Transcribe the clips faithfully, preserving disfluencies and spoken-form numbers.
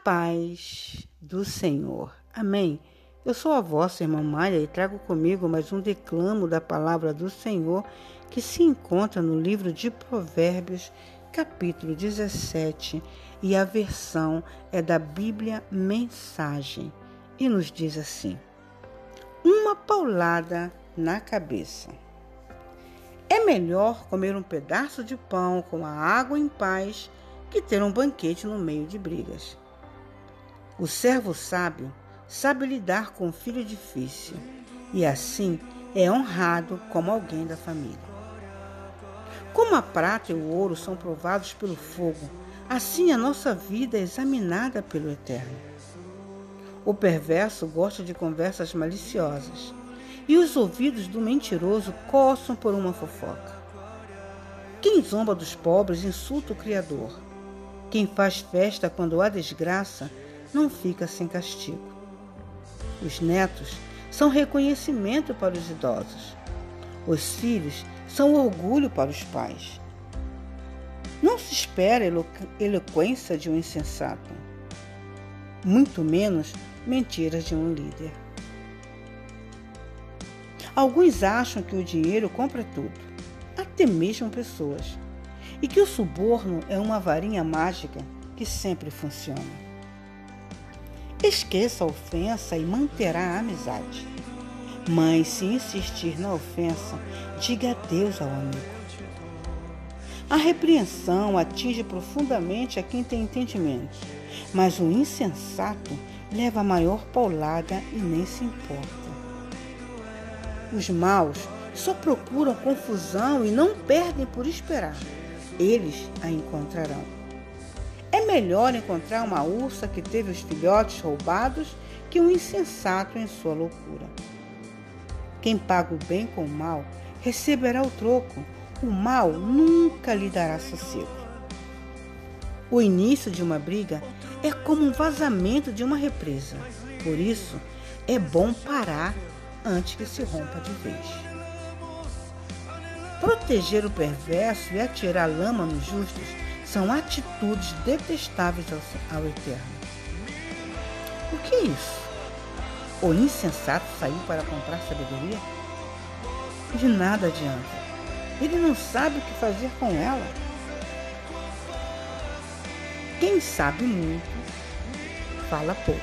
paz do Senhor. Amém. Eu sou a vossa irmã Mária e trago comigo mais um declamo da palavra do Senhor que se encontra no livro de Provérbios, capítulo dezessete, e a versão é da Bíblia Mensagem. E nos diz assim: uma paulada na cabeça. É melhor comer um pedaço de pão com a água em paz que ter um banquete no meio de brigas. O servo sábio sabe lidar com o filho difícil e assim é honrado como alguém da família. Como a prata e o ouro são provados pelo fogo, assim a nossa vida é examinada pelo Eterno. O perverso gosta de conversas maliciosas e os ouvidos do mentiroso coçam por uma fofoca. Quem zomba dos pobres insulta o Criador. Quem faz festa quando há desgraça não fica sem castigo. Os netos são reconhecimento para os idosos. Os filhos são orgulho para os pais. Não se espera elo- eloquência de um insensato, muito menos mentiras de um líder. Alguns acham que o dinheiro compra tudo, até mesmo pessoas, e que o suborno é uma varinha mágica que sempre funciona. Esqueça a ofensa e manterá a amizade. Mas se insistir na ofensa, diga adeus ao amigo. A repreensão atinge profundamente a quem tem entendimento, mas o insensato leva a maior paulada e nem se importa. Os maus só procuram confusão e não perdem por esperar. Eles a encontrarão. É melhor encontrar uma ursa que teve os filhotes roubados que um insensato em sua loucura. Quem paga o bem com o mal receberá o troco. O mal nunca lhe dará sossego. O início de uma briga é como um vazamento de uma represa. Por isso, é bom parar antes que se rompa de vez. Proteger o perverso e atirar lama nos justos são atitudes detestáveis ao, ao Eterno. O que é isso? O insensato saiu para comprar sabedoria? De nada adianta. Ele não sabe o que fazer com ela. Quem sabe muito, fala pouco.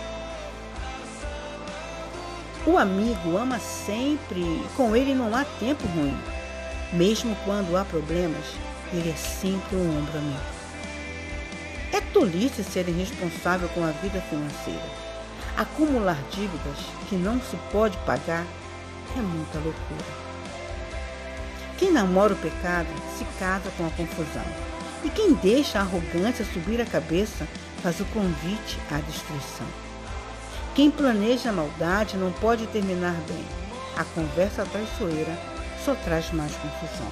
O amigo ama sempre e com ele não há tempo ruim. Mesmo quando há problemas, ele é sempre um ombro amigo. É tolice ser irresponsável com a vida financeira. Acumular dívidas que não se pode pagar é muita loucura. Quem namora o pecado se casa com a confusão. E quem deixa a arrogância subir a cabeça faz o convite à destruição. Quem planeja a maldade não pode terminar bem. A conversa traiçoeira só traz mais confusão.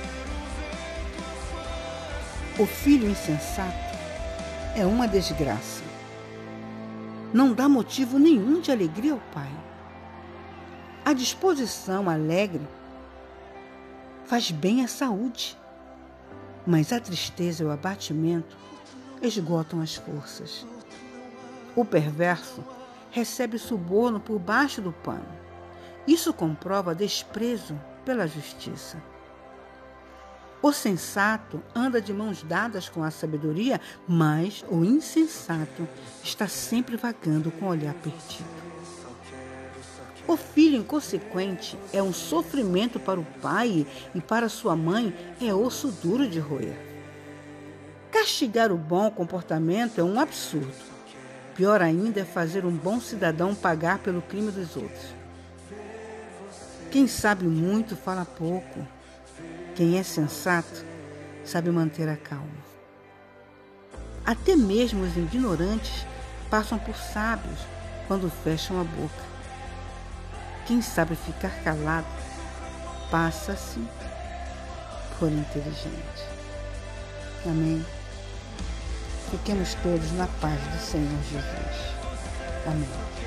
O filho insensato é uma desgraça. Não dá motivo nenhum de alegria ao pai. A disposição alegre faz bem à saúde, mas a tristeza e o abatimento esgotam as forças. O perverso recebe suborno por baixo do pano. Isso comprova desprezo pela justiça. O sensato anda de mãos dadas com a sabedoria, mas o insensato está sempre vagando com o olhar perdido. O filho inconsequente é um sofrimento para o pai e para sua mãe é osso duro de roer. Castigar o bom comportamento é um absurdo. Pior ainda é fazer um bom cidadão pagar pelo crime dos outros. Quem sabe muito fala pouco. Quem é sensato sabe manter a calma. Até mesmo os ignorantes passam por sábios quando fecham a boca. Quem sabe ficar calado passa-se por inteligente. Amém. Fiquemos todos na paz do Senhor Jesus. Amém.